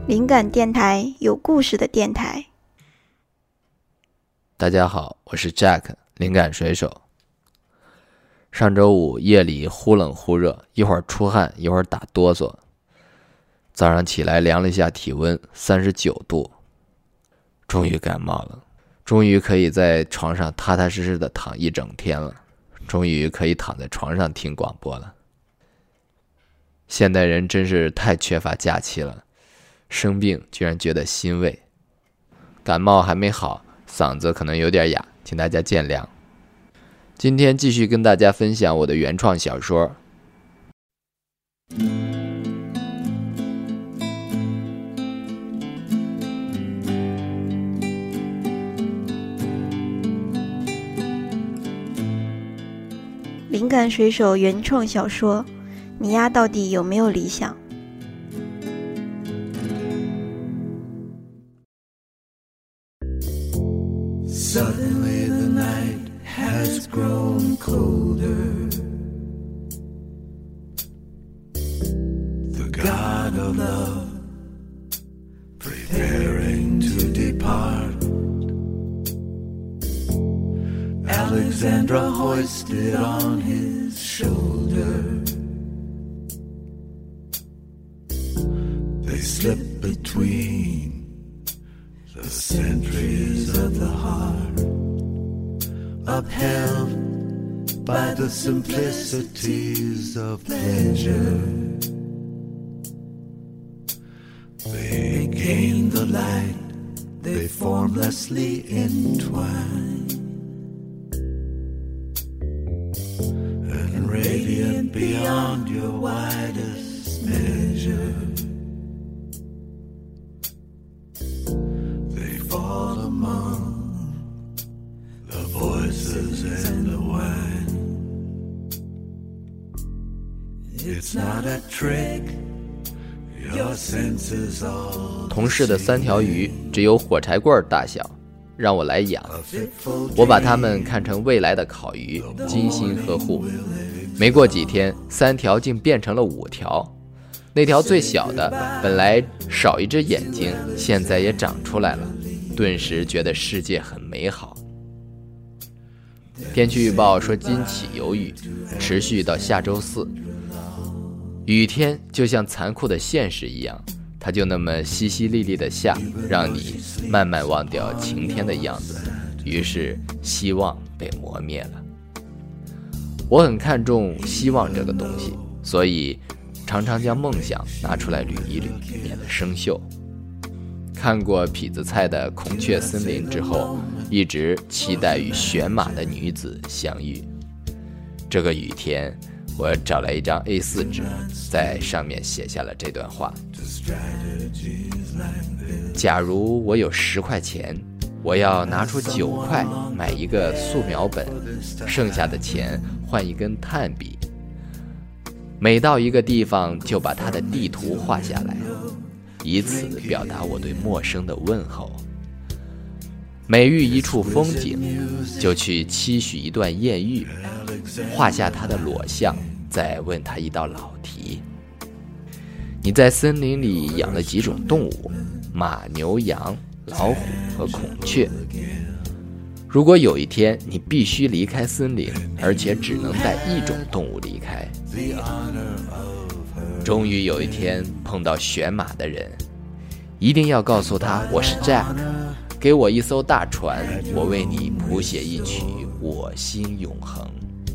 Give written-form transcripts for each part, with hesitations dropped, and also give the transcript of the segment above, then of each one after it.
灵感电台，有故事的电台。 大家好，我是 Jack， 灵感水手。上周五夜里忽冷忽热，一会儿出汗，一会儿打哆嗦。早上起来量了一下体温，39度。终于感冒了，终于可以在床上踏踏实实的躺一整天了，终于可以躺在床上听广播了。现代人真是太缺乏假期了，生病居然觉得欣慰。感冒还没好，嗓子可能有点哑，请大家见谅。今天继续跟大家分享我的原创小说。 灵感水手原创小说，你丫到底有没有理想 ？Suddenly the night has grown colder. The god of love preparing to depart. Alexandra hoisted on his shoulder. They slip between the centuries of the heart, upheld by the simplicities of pleasure. They gain the light, they formlessly entwine, and radiant beyond your widest measure. And the wine. It's not a trick. Your senses all. 同事的3条鱼只有火柴棍大小，让我来养。我把它们看成未来的烤鱼，精心呵护。没过几天，3条竟变成了5条。那条最小的本来少一只眼睛，现在也长出来了，顿时觉得世界很美好。天气预报说今起有雨，持续到下周4。雨天就像残酷的现实一样，它就那么淅淅沥沥的下，让你慢慢忘掉晴天的样子，于是希望被磨灭了。我很看重希望这个东西，所以常常将梦想拿出来捋一捋，免得生锈。看过痞子蔡的《孔雀森林》之后，一直期待与选马的女子相遇。这个雨天，我找来一张 A4 纸，在上面写下了这段话：假如我有10块钱，我要拿出9块买一个素描本，剩下的钱换一根炭笔。每到一个地方，就把它的地图画下来，以此表达我对陌生的问候。每遇一处风景，就去期许一段艳遇，画下他的裸像，再问他一道老题：你在森林里养了几种动物？马、牛、羊、老虎和孔雀。如果有一天你必须离开森林，而且只能带一种动物离开，终于有一天碰到选马的人，一定要告诉他我是 Jack， 给我一艘大船，我为你谱写一曲我心永恒。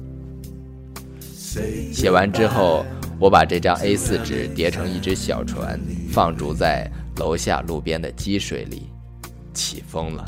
写完之后，我把这张 A4 纸叠成一只小船，放逐在楼下路边的积水里，起风了。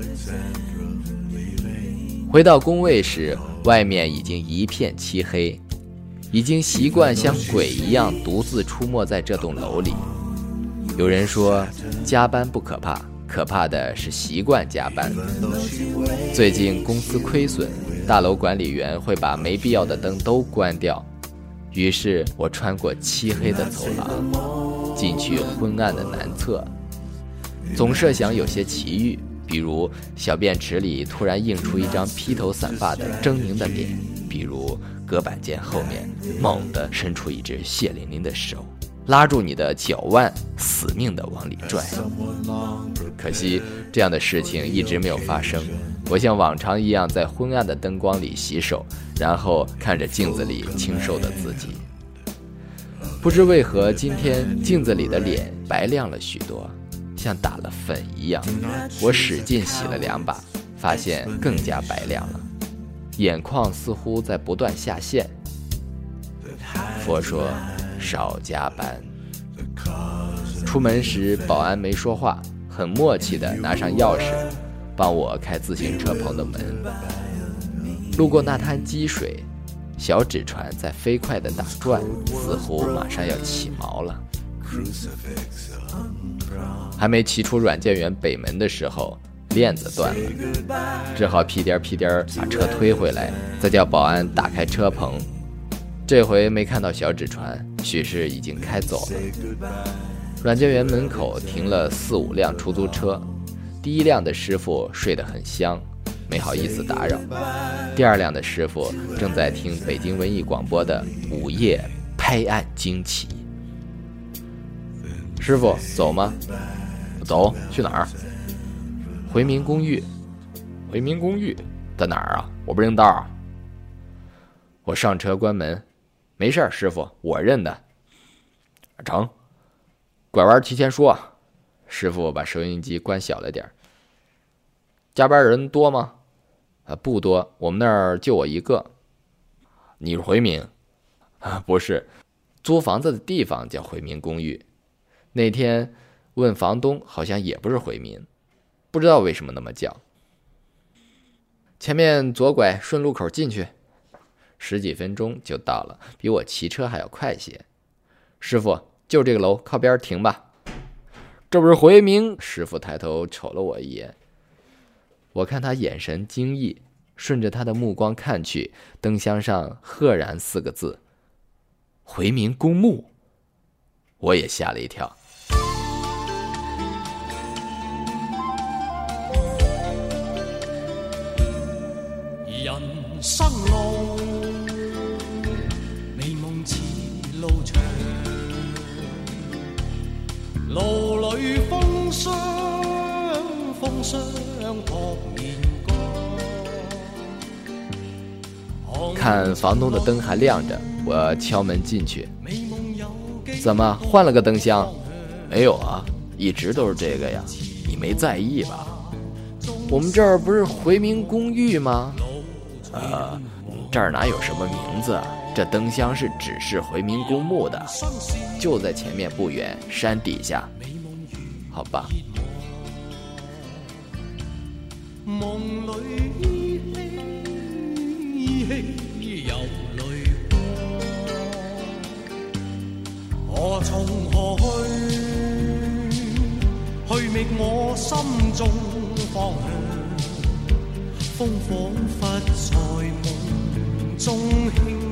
回到工位时，外面已经一片漆黑，已经习惯像鬼一样独自出没在这栋楼里。有人说加班不可怕，可怕的是习惯加班。最近公司亏损，大楼管理员会把没必要的灯都关掉，于是我穿过漆黑的走廊，进去昏暗的南侧，总设想有些奇遇，比如小便池里突然映出一张披头散发的狰狞的脸，比如隔板间后面猛地伸出一只血淋淋的手， 拉住你的脚腕，死命地往里拽。可惜这样的事情一直没有发生。我像往常一样在昏暗的灯光里洗手，然后看着镜子里清瘦的自己。不知为何，今天镜子里的脸白亮了许多，像打了粉一样。我使劲洗了2把，发现更加白亮了，眼眶似乎在不断下陷。佛说少加班。出门时保安没说话，很默契地拿上钥匙帮我开自行车棚的门。路过那滩积水，小纸船在飞快地打转，似乎马上要起锚了。还没骑出软件园北门的时候，链子断了，只好屁颠屁颠把车推回来，再叫保安打开车棚。这回没看到小纸船，许是已经开走了。软件园门口停了4、5辆出租车，第1辆的师傅睡得很香，没好意思打扰。第2辆的师傅正在听北京文艺广播的午夜拍案惊奇。师傅，走吗？走，去哪儿？回民公寓。回民公寓在哪儿啊？我不认道。我上车关门。没事，师傅，我认得。成，拐弯提前说。师傅把收音机关小了点。加班人多吗？不多，我们那儿就我一个。你是回民？不是，租房子的地方叫回民公寓。那天问房东，好像也不是回民，不知道为什么那么叫。前面左拐，顺路口进去。10几分钟就到了，比我骑车还要快些。师傅，就这个楼，靠边停吧。这不是回民？师傅抬头瞅了我一眼，我看他眼神惊异，顺着他的目光看去，灯箱上赫然4个字：回民公墓。我也吓了一跳。 人生路，美夢似路長，路裏風霜撲面光。 看房東的燈還亮着，我敲門進去。怎麼換了個燈箱？沒有啊，一直都是這個呀，你沒在意吧？我們這兒不是回民公寓嗎？這兒哪有什麼名字啊？這燈箱是指示回民公墓的，就在前面不遠，山底下。好吧。 夢裏依稀有淚光，我從何去覓我心中方向，風彷彿在夢中輕